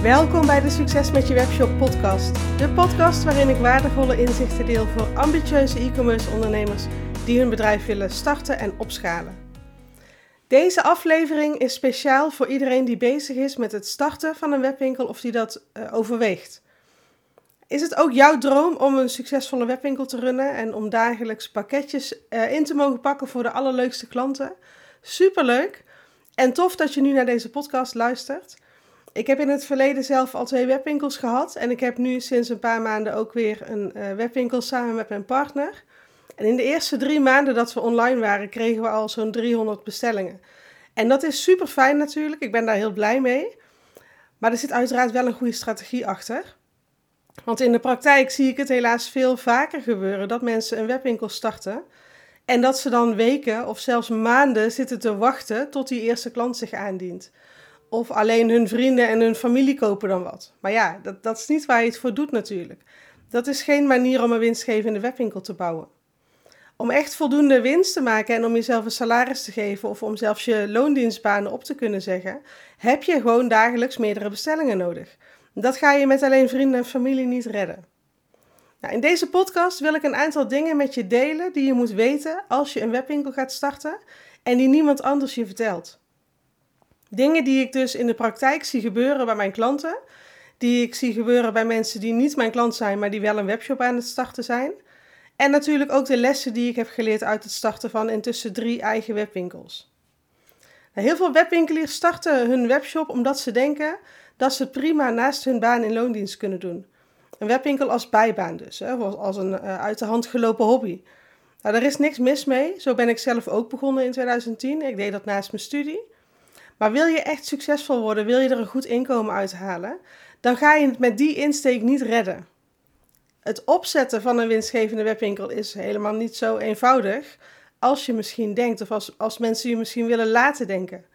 Welkom bij de Succes met je webshop podcast. De podcast waarin ik waardevolle inzichten deel voor ambitieuze e-commerce ondernemers die hun bedrijf willen starten en opschalen. Deze aflevering is speciaal voor iedereen die bezig is met het starten van een webwinkel of die dat overweegt. Is het ook jouw droom om een succesvolle webwinkel te runnen en om dagelijks pakketjes in te mogen pakken voor de allerleukste klanten? Superleuk en tof dat je nu naar deze podcast luistert. Ik heb in het verleden zelf al 2 webwinkels gehad en ik heb nu sinds een paar maanden ook weer een webwinkel samen met mijn partner. En in de eerste 3 maanden dat we online waren, kregen we al zo'n 300 bestellingen. En dat is super fijn natuurlijk, ik ben daar heel blij mee. Maar er zit uiteraard wel een goede strategie achter. Want in de praktijk zie ik het helaas veel vaker gebeuren dat mensen een webwinkel starten en dat ze dan weken of zelfs maanden zitten te wachten tot die eerste klant zich aandient. Of alleen hun vrienden en hun familie kopen dan wat. Maar ja, dat is niet waar je het voor doet natuurlijk. Dat is geen manier om een winstgevende webwinkel te bouwen. Om echt voldoende winst te maken en om jezelf een salaris te geven of om zelfs je loondienstbanen op te kunnen zeggen, heb je gewoon dagelijks meerdere bestellingen nodig. Dat ga je met alleen vrienden en familie niet redden. Nou, in deze podcast wil ik een aantal dingen met je delen die je moet weten als je een webwinkel gaat starten en die niemand anders je vertelt. Dingen die ik dus in de praktijk zie gebeuren bij mijn klanten, die ik zie gebeuren bij mensen die niet mijn klant zijn, maar die wel een webshop aan het starten zijn. En natuurlijk ook de lessen die ik heb geleerd uit het starten van intussen 3 eigen webwinkels. Nou, heel veel webwinkeliers starten hun webshop omdat ze denken dat ze het prima naast hun baan in loondienst kunnen doen. Een webwinkel als bijbaan dus, als een uit de hand gelopen hobby. Nou, daar is niks mis mee. Zo ben ik zelf ook begonnen in 2010. Ik deed dat naast mijn studie. Maar wil je echt succesvol worden, wil je er een goed inkomen uithalen, dan ga je het met die insteek niet redden. Het opzetten van een winstgevende webwinkel is helemaal niet zo eenvoudig als je misschien denkt of als mensen je misschien willen laten denken.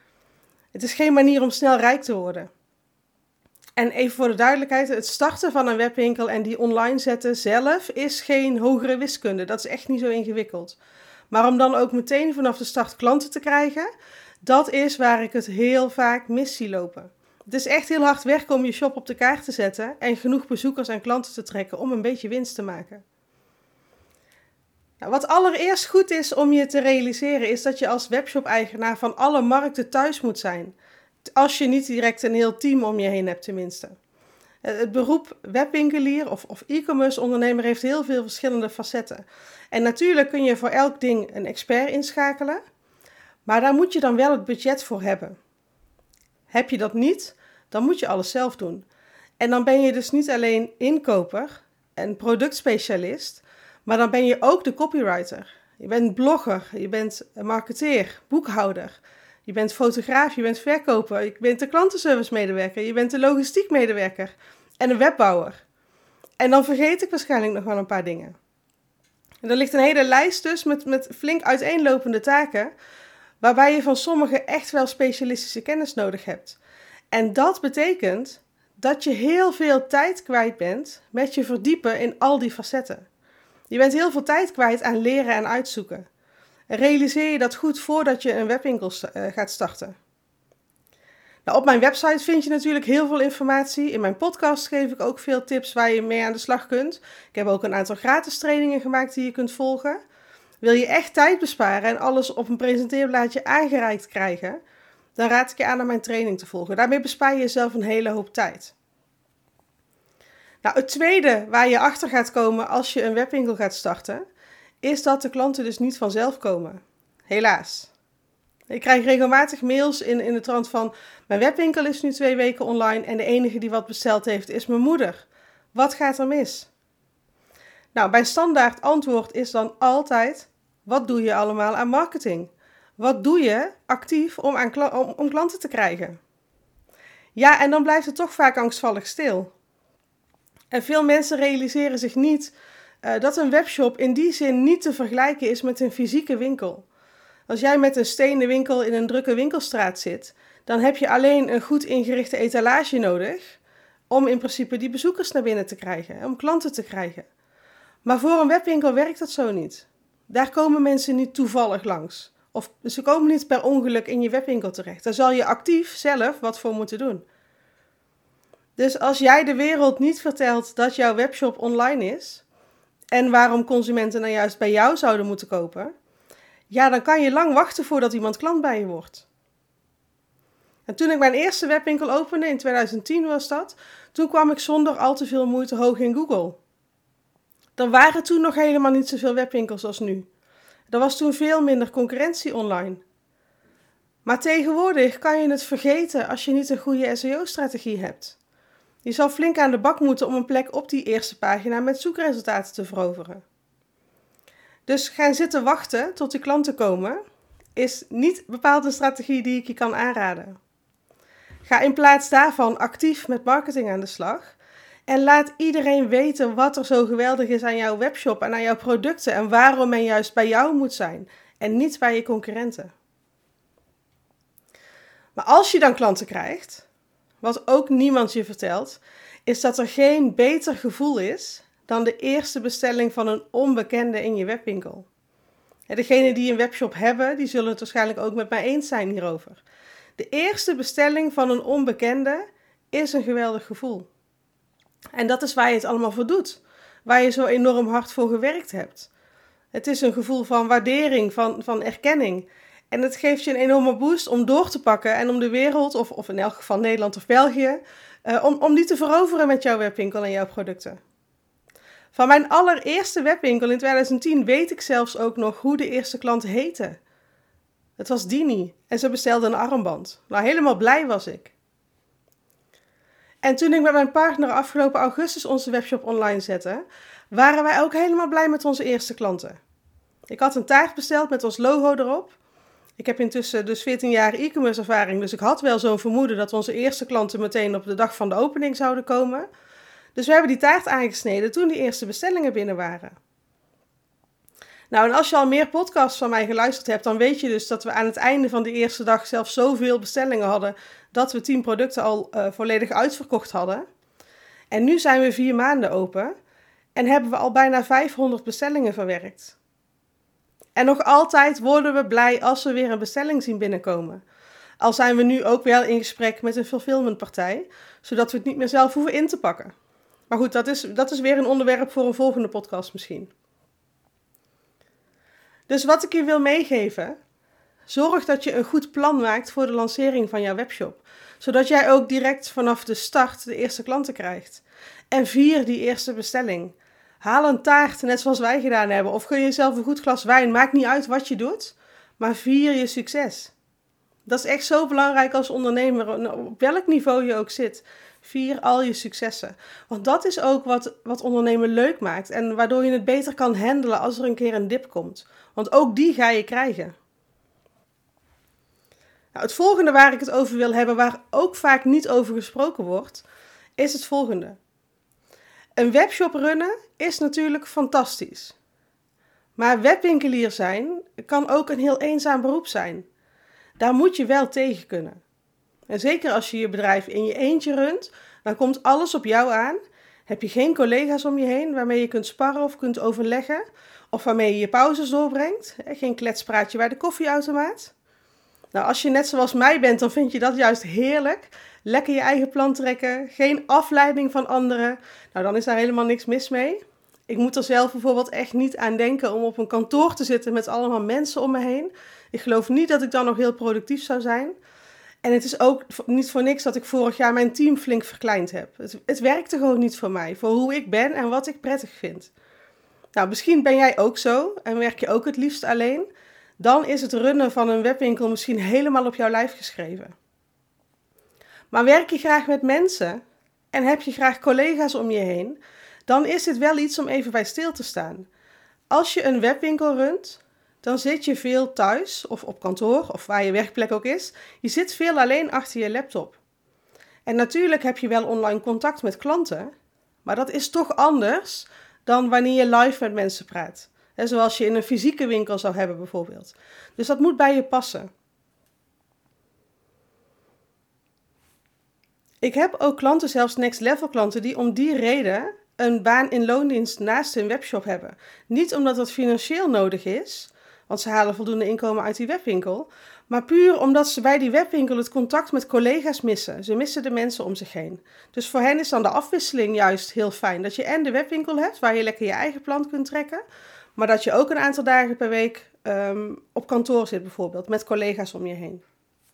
Het is geen manier om snel rijk te worden. En even voor de duidelijkheid, het starten van een webwinkel en die online zetten zelf is geen hogere wiskunde. Dat is echt niet zo ingewikkeld. Maar om dan ook meteen vanaf de start klanten te krijgen, dat is waar ik het heel vaak mis zie lopen. Het is echt heel hard werken om je shop op de kaart te zetten en genoeg bezoekers en klanten te trekken om een beetje winst te maken. Nou, wat allereerst goed is om je te realiseren is dat je als webshop-eigenaar van alle markten thuis moet zijn. Als je niet direct een heel team om je heen hebt tenminste. Het beroep webwinkelier of e-commerce ondernemer heeft heel veel verschillende facetten. En natuurlijk kun je voor elk ding een expert inschakelen. Maar daar moet je dan wel het budget voor hebben. Heb je dat niet, dan moet je alles zelf doen. En dan ben je dus niet alleen inkoper en productspecialist, maar dan ben je ook de copywriter. Je bent blogger, je bent marketeer, boekhouder, je bent fotograaf, je bent verkoper, je bent de klantenservice medewerker, je bent de logistiek medewerker en een webbouwer. En dan vergeet ik waarschijnlijk nog wel een paar dingen. En er ligt een hele lijst dus met flink uiteenlopende taken, waarbij je van sommige echt wel specialistische kennis nodig hebt. En dat betekent dat je heel veel tijd kwijt bent met je verdiepen in al die facetten. Je bent heel veel tijd kwijt aan leren en uitzoeken. En realiseer je dat goed voordat je een webwinkel gaat starten. Nou, op mijn website vind je natuurlijk heel veel informatie. In mijn podcast geef ik ook veel tips waar je mee aan de slag kunt. Ik heb ook een aantal gratis trainingen gemaakt die je kunt volgen. Wil je echt tijd besparen en alles op een presenteerblaadje aangereikt krijgen, dan raad ik je aan om mijn training te volgen. Daarmee bespaar je jezelf een hele hoop tijd. Nou, het tweede waar je achter gaat komen als je een webwinkel gaat starten, is dat de klanten dus niet vanzelf komen. Helaas. Ik krijg regelmatig mails in de trant van, mijn webwinkel is nu 2 weken online en de enige die wat besteld heeft is mijn moeder. Wat gaat er mis? Nou, mijn standaard antwoord is dan altijd, wat doe je allemaal aan marketing? Wat doe je actief om klanten te krijgen? Ja, en dan blijft het toch vaak angstvallig stil. En veel mensen realiseren zich niet dat een webshop in die zin niet te vergelijken is met een fysieke winkel. Als jij met een stenen winkel in een drukke winkelstraat zit, dan heb je alleen een goed ingerichte etalage nodig om in principe die bezoekers naar binnen te krijgen, om klanten te krijgen. Maar voor een webwinkel werkt dat zo niet. Daar komen mensen niet toevallig langs. Of ze komen niet per ongeluk in je webwinkel terecht. Daar zal je actief zelf wat voor moeten doen. Dus als jij de wereld niet vertelt dat jouw webshop online is en waarom consumenten nou juist bij jou zouden moeten kopen, ja, dan kan je lang wachten voordat iemand klant bij je wordt. En toen ik mijn eerste webwinkel opende, in 2010 was dat, toen kwam ik zonder al te veel moeite hoog in Google. Er waren toen nog helemaal niet zoveel webwinkels als nu. Er was toen veel minder concurrentie online. Maar tegenwoordig kan je het vergeten als je niet een goede SEO-strategie hebt. Je zal flink aan de bak moeten om een plek op die eerste pagina met zoekresultaten te veroveren. Dus gaan zitten wachten tot die klanten komen, is niet bepaald een strategie die ik je kan aanraden. Ga in plaats daarvan actief met marketing aan de slag en laat iedereen weten wat er zo geweldig is aan jouw webshop en aan jouw producten en waarom men juist bij jou moet zijn en niet bij je concurrenten. Maar als je dan klanten krijgt, wat ook niemand je vertelt, is dat er geen beter gevoel is dan de eerste bestelling van een onbekende in je webwinkel. En degenen die een webshop hebben, die zullen het waarschijnlijk ook met mij eens zijn hierover. De eerste bestelling van een onbekende is een geweldig gevoel. En dat is waar je het allemaal voor doet, waar je zo enorm hard voor gewerkt hebt. Het is een gevoel van waardering, van erkenning. En het geeft je een enorme boost om door te pakken en om de wereld, of in elk geval Nederland of België, om die te veroveren met jouw webwinkel en jouw producten. Van mijn allereerste webwinkel in 2010 weet ik zelfs ook nog hoe de eerste klant heette. Het was Dini en ze bestelde een armband. Nou, helemaal blij was ik. En toen ik met mijn partner afgelopen augustus onze webshop online zette, waren wij ook helemaal blij met onze eerste klanten. Ik had een taart besteld met ons logo erop. Ik heb intussen dus 14 jaar e-commerce ervaring, dus ik had wel zo'n vermoeden dat onze eerste klanten meteen op de dag van de opening zouden komen. Dus we hebben die taart aangesneden toen die eerste bestellingen binnen waren. Nou, en als je al meer podcasts van mij geluisterd hebt, dan weet je dus dat we aan het einde van de eerste dag zelfs zoveel bestellingen hadden, dat we 10 producten al volledig uitverkocht hadden. En nu zijn we 4 maanden open en hebben we al bijna 500 bestellingen verwerkt. En nog altijd worden we blij als we weer een bestelling zien binnenkomen. Al zijn we nu ook wel in gesprek met een fulfillmentpartij, zodat we het niet meer zelf hoeven in te pakken. Maar goed, dat is weer een onderwerp voor een volgende podcast misschien. Dus wat ik je wil meegeven, zorg dat je een goed plan maakt voor de lancering van jouw webshop. Zodat jij ook direct vanaf de start de eerste klanten krijgt. En vier die eerste bestelling. Haal een taart, net zoals wij gedaan hebben. Of gun jezelf een goed glas wijn. Maakt niet uit wat je doet, maar vier je succes. Dat is echt zo belangrijk als ondernemer, op welk niveau je ook zit. Vier al je successen. Want dat is ook wat ondernemen leuk maakt. En waardoor je het beter kan handelen als er een keer een dip komt. Want ook die ga je krijgen. Nou, het volgende waar ik het over wil hebben, waar ook vaak niet over gesproken wordt, is het volgende. Een webshop runnen is natuurlijk fantastisch. Maar webwinkelier zijn kan ook een heel eenzaam beroep zijn. Daar moet je wel tegen kunnen. En zeker als je je bedrijf in je eentje runt, dan komt alles op jou aan. Heb je geen collega's om je heen waarmee je kunt sparren of kunt overleggen, of waarmee je je pauzes doorbrengt. Geen kletspraatje bij de koffieautomaat. Nou, als je net zoals mij bent, dan vind je dat juist heerlijk. Lekker je eigen plan trekken, geen afleiding van anderen. Nou, dan is daar helemaal niks mis mee. Ik moet er zelf bijvoorbeeld echt niet aan denken om op een kantoor te zitten met allemaal mensen om me heen. Ik geloof niet dat ik dan nog heel productief zou zijn. En het is ook niet voor niks dat ik vorig jaar mijn team flink verkleind heb. Het werkte gewoon niet voor mij, voor hoe ik ben en wat ik prettig vind. Nou, misschien ben jij ook zo en werk je ook het liefst alleen. Dan is het runnen van een webwinkel misschien helemaal op jouw lijf geschreven. Maar werk je graag met mensen en heb je graag collega's om je heen, dan is dit wel iets om even bij stil te staan. Als je een webwinkel runt, dan zit je veel thuis of op kantoor of waar je werkplek ook is. Je zit veel alleen achter je laptop. En natuurlijk heb je wel online contact met klanten, maar dat is toch anders dan wanneer je live met mensen praat. Zoals je in een fysieke winkel zou hebben bijvoorbeeld. Dus dat moet bij je passen. Ik heb ook klanten, zelfs next level klanten, die om die reden een baan in loondienst naast hun webshop hebben. Niet omdat dat financieel nodig is, want ze halen voldoende inkomen uit die webwinkel, maar puur omdat ze bij die webwinkel het contact met collega's missen. Ze missen de mensen om zich heen. Dus voor hen is dan de afwisseling juist heel fijn. Dat je en de webwinkel hebt, waar je lekker je eigen plant kunt trekken, maar dat je ook een aantal dagen per week op kantoor zit bijvoorbeeld, met collega's om je heen.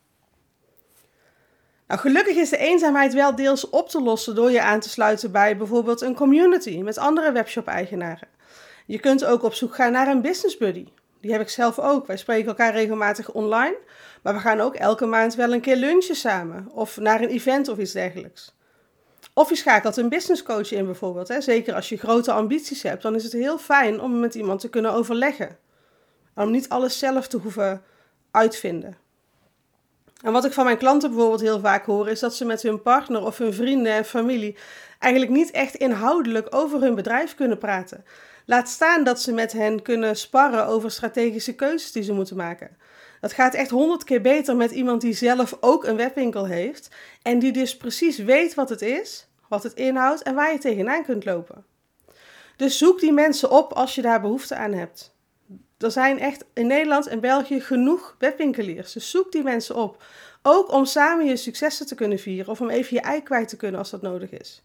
Nou, gelukkig is de eenzaamheid wel deels op te lossen door je aan te sluiten bij bijvoorbeeld een community met andere webshop-eigenaren. Je kunt ook op zoek gaan naar een business buddy. Die heb ik zelf ook. Wij spreken elkaar regelmatig online, maar we gaan ook elke maand wel een keer lunchen samen of naar een event of iets dergelijks. Of je schakelt een business coach in bijvoorbeeld. Zeker als je grote ambities hebt, dan is het heel fijn om met iemand te kunnen overleggen. Om niet alles zelf te hoeven uitvinden. En wat ik van mijn klanten bijvoorbeeld heel vaak hoor, is dat ze met hun partner of hun vrienden en familie eigenlijk niet echt inhoudelijk over hun bedrijf kunnen praten. Laat staan dat ze met hen kunnen sparren over strategische keuzes die ze moeten maken. Dat gaat echt 100 keer beter met iemand die zelf ook een webwinkel heeft en die dus precies weet wat het is, wat het inhoudt en waar je tegenaan kunt lopen. Dus zoek die mensen op als je daar behoefte aan hebt. Er zijn echt in Nederland en België genoeg webwinkeliers. Dus zoek die mensen op. Ook om samen je successen te kunnen vieren of om even je ei kwijt te kunnen als dat nodig is.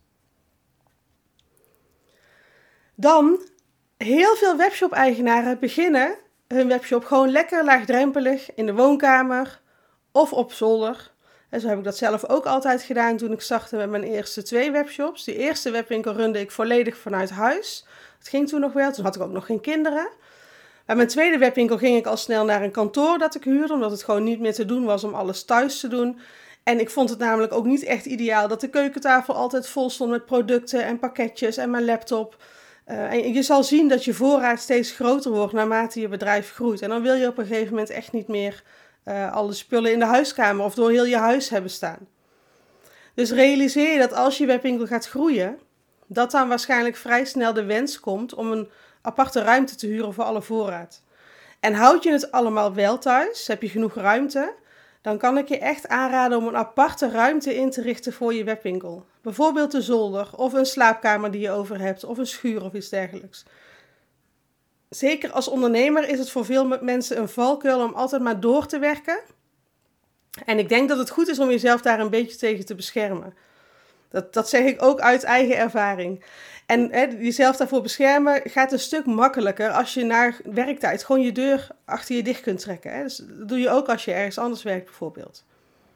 Dan, heel veel webshop-eigenaren beginnen hun webshop gewoon lekker laagdrempelig in de woonkamer of op zolder. En zo heb ik dat zelf ook altijd gedaan toen ik startte met mijn eerste 2 webshops. Die eerste webwinkel runde ik volledig vanuit huis. Dat ging toen nog wel, toen had ik ook nog geen kinderen. Bij mijn tweede webwinkel ging ik al snel naar een kantoor dat ik huurde, omdat het gewoon niet meer te doen was om alles thuis te doen. En ik vond het namelijk ook niet echt ideaal dat de keukentafel altijd vol stond met producten en pakketjes en mijn laptop. En je zal zien dat je voorraad steeds groter wordt naarmate je bedrijf groeit. En dan wil je op een gegeven moment echt niet meer alle spullen in de huiskamer of door heel je huis hebben staan. Dus realiseer je dat als je webwinkel gaat groeien, dat dan waarschijnlijk vrij snel de wens komt om een aparte ruimte te huren voor alle voorraad. En houd je het allemaal wel thuis, heb je genoeg ruimte, dan kan ik je echt aanraden om een aparte ruimte in te richten voor je webwinkel. Bijvoorbeeld de zolder of een slaapkamer die je over hebt of een schuur of iets dergelijks. Zeker als ondernemer is het voor veel mensen een valkuil om altijd maar door te werken. En ik denk dat het goed is om jezelf daar een beetje tegen te beschermen. Dat zeg ik ook uit eigen ervaring. En jezelf daarvoor beschermen gaat een stuk makkelijker als je na werktijd gewoon je deur achter je dicht kunt trekken. Dus dat doe je ook als je ergens anders werkt bijvoorbeeld.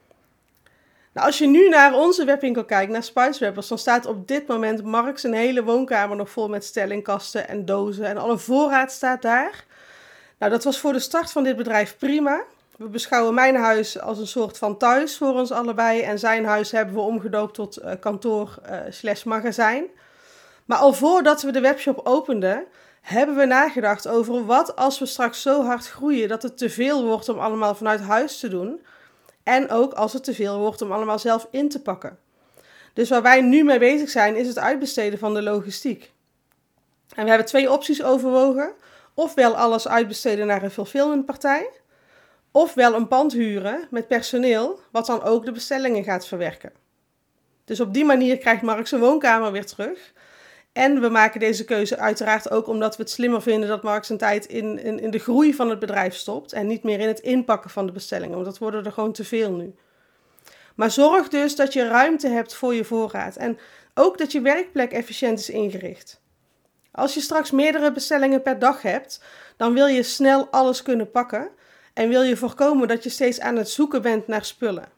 Nou, als je nu naar onze webwinkel kijkt, naar Spicewrappers, dan staat op dit moment Mark zijn hele woonkamer nog vol met stellingkasten en dozen. En alle voorraad staat daar. Nou, dat was voor de start van dit bedrijf prima. We beschouwen mijn huis als een soort van thuis voor ons allebei. En zijn huis hebben we omgedoopt tot kantoor/magazijn. Maar al voordat we de webshop openden, hebben we nagedacht over wat als we straks zo hard groeien dat het te veel wordt om allemaal vanuit huis te doen. En ook als het te veel wordt om allemaal zelf in te pakken. Dus waar wij nu mee bezig zijn, is het uitbesteden van de logistiek. En we hebben 2 opties overwogen. Ofwel alles uitbesteden naar een fulfillmentpartij, ofwel een pand huren met personeel, wat dan ook de bestellingen gaat verwerken. Dus op die manier krijgt Mark zijn woonkamer weer terug. En we maken deze keuze uiteraard ook omdat we het slimmer vinden dat Mark zijn tijd in de groei van het bedrijf stopt en niet meer in het inpakken van de bestellingen, want dat worden er gewoon te veel nu. Maar zorg dus dat je ruimte hebt voor je voorraad en ook dat je werkplek efficiënt is ingericht. Als je straks meerdere bestellingen per dag hebt, dan wil je snel alles kunnen pakken en wil je voorkomen dat je steeds aan het zoeken bent naar spullen.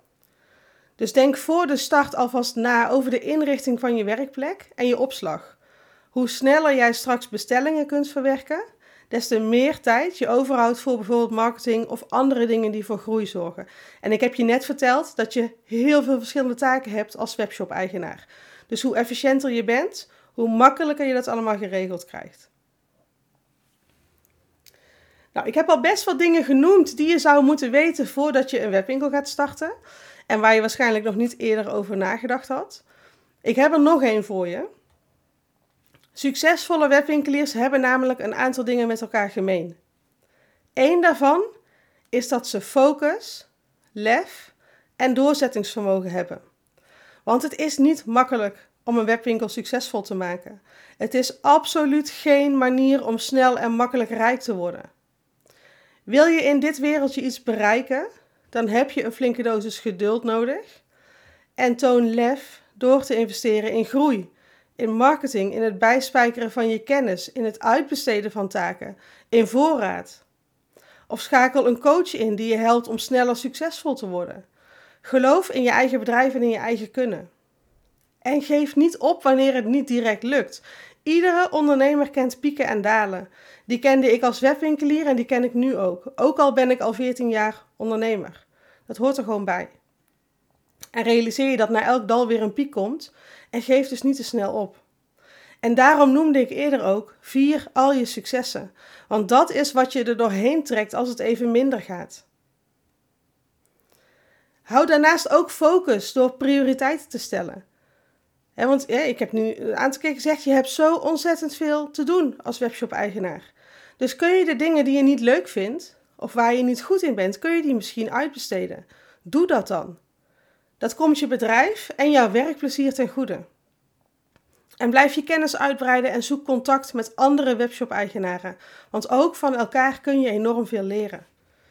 Dus denk voor de start alvast na over de inrichting van je werkplek en je opslag. Hoe sneller jij straks bestellingen kunt verwerken, des te meer tijd je overhoudt voor bijvoorbeeld marketing of andere dingen die voor groei zorgen. En ik heb je net verteld dat je heel veel verschillende taken hebt als webshop-eigenaar. Dus hoe efficiënter je bent, hoe makkelijker je dat allemaal geregeld krijgt. Nou, ik heb al best wat dingen genoemd die je zou moeten weten voordat je een webwinkel gaat starten. En waar je waarschijnlijk nog niet eerder over nagedacht had. Ik heb er nog één voor je. Succesvolle webwinkeliers hebben namelijk een aantal dingen met elkaar gemeen. Eén daarvan is dat ze focus, lef en doorzettingsvermogen hebben. Want het is niet makkelijk om een webwinkel succesvol te maken. Het is absoluut geen manier om snel en makkelijk rijk te worden. Wil je in dit wereldje iets bereiken, dan heb je een flinke dosis geduld nodig. En toon lef door te investeren in groei, in marketing, in het bijspijkeren van je kennis, in het uitbesteden van taken, in voorraad. Of schakel een coach in die je helpt om sneller succesvol te worden. Geloof in je eigen bedrijf en in je eigen kunnen. En geef niet op wanneer het niet direct lukt. Iedere ondernemer kent pieken en dalen. Die kende ik als webwinkelier en die ken ik nu ook. Ook al ben ik al 14 jaar ondernemer. Dat hoort er gewoon bij. En realiseer je dat na elk dal weer een piek komt en geef dus niet te snel op. En daarom noemde ik eerder ook, vier al je successen. Want dat is wat je er doorheen trekt als het even minder gaat. Hou daarnaast ook focus door prioriteiten te stellen. Want ik heb nu een aantal keer gezegd, je hebt zo ontzettend veel te doen als webshop-eigenaar. Dus kun je de dingen die je niet leuk vindt, of waar je niet goed in bent, kun je die misschien uitbesteden. Doe dat dan. Dat komt je bedrijf en jouw werkplezier ten goede. En blijf je kennis uitbreiden en zoek contact met andere webshop-eigenaren. Want ook van elkaar kun je enorm veel leren.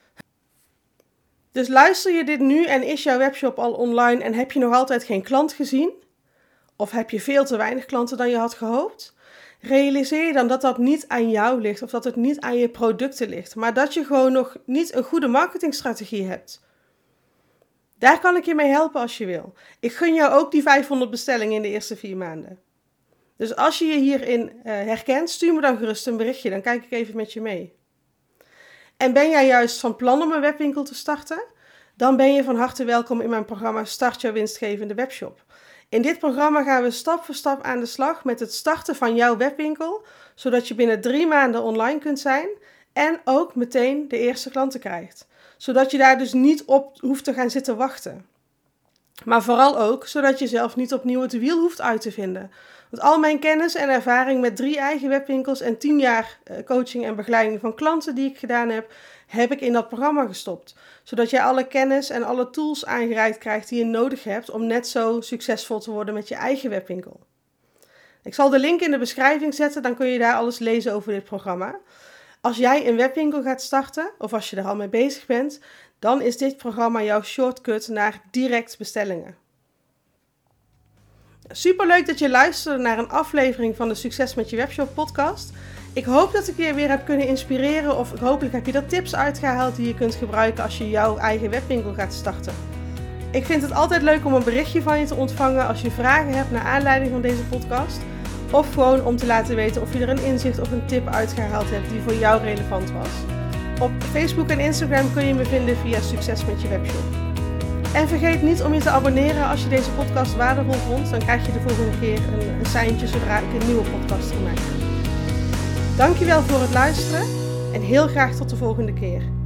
Dus luister je dit nu en is jouw webshop al online en heb je nog altijd geen klant gezien? Of heb je veel te weinig klanten dan je had gehoopt? Realiseer je dan dat dat niet aan jou ligt of dat het niet aan je producten ligt, maar dat je gewoon nog niet een goede marketingstrategie hebt. Daar kan ik je mee helpen als je wil. Ik gun jou ook die 500 bestellingen in de eerste 4 maanden. Dus als je je hierin herkent, stuur me dan gerust een berichtje, dan kijk ik even met je mee. En ben jij juist van plan om een webwinkel te starten? Dan ben je van harte welkom in mijn programma Start jouw winstgevende webshop. In dit programma gaan we stap voor stap aan de slag met het starten van jouw webwinkel, zodat je binnen 3 maanden online kunt zijn en ook meteen de eerste klanten krijgt. Zodat je daar dus niet op hoeft te gaan zitten wachten. Maar vooral ook zodat je zelf niet opnieuw het wiel hoeft uit te vinden. Want al mijn kennis en ervaring met 3 eigen webwinkels en 10 jaar coaching en begeleiding van klanten die ik gedaan heb, heb ik in dat programma gestopt. Zodat jij alle kennis en alle tools aangereikt krijgt die je nodig hebt om net zo succesvol te worden met je eigen webwinkel. Ik zal de link in de beschrijving zetten, dan kun je daar alles lezen over dit programma. Als jij een webwinkel gaat starten, of als je er al mee bezig bent, dan is dit programma jouw shortcut naar direct bestellingen. Superleuk dat je luisterde naar een aflevering van de Succes met je Webshop podcast. Ik hoop dat ik je weer heb kunnen inspireren of hopelijk heb je er tips uitgehaald die je kunt gebruiken als je jouw eigen webwinkel gaat starten. Ik vind het altijd leuk om een berichtje van je te ontvangen als je vragen hebt naar aanleiding van deze podcast. Of gewoon om te laten weten of je er een inzicht of een tip uitgehaald hebt die voor jou relevant was. Op Facebook en Instagram kun je me vinden via Succes met je Webshop. En vergeet niet om je te abonneren als je deze podcast waardevol vond. Dan krijg je de volgende keer een seintje zodra ik een nieuwe podcast maak. Dankjewel voor het luisteren en heel graag tot de volgende keer.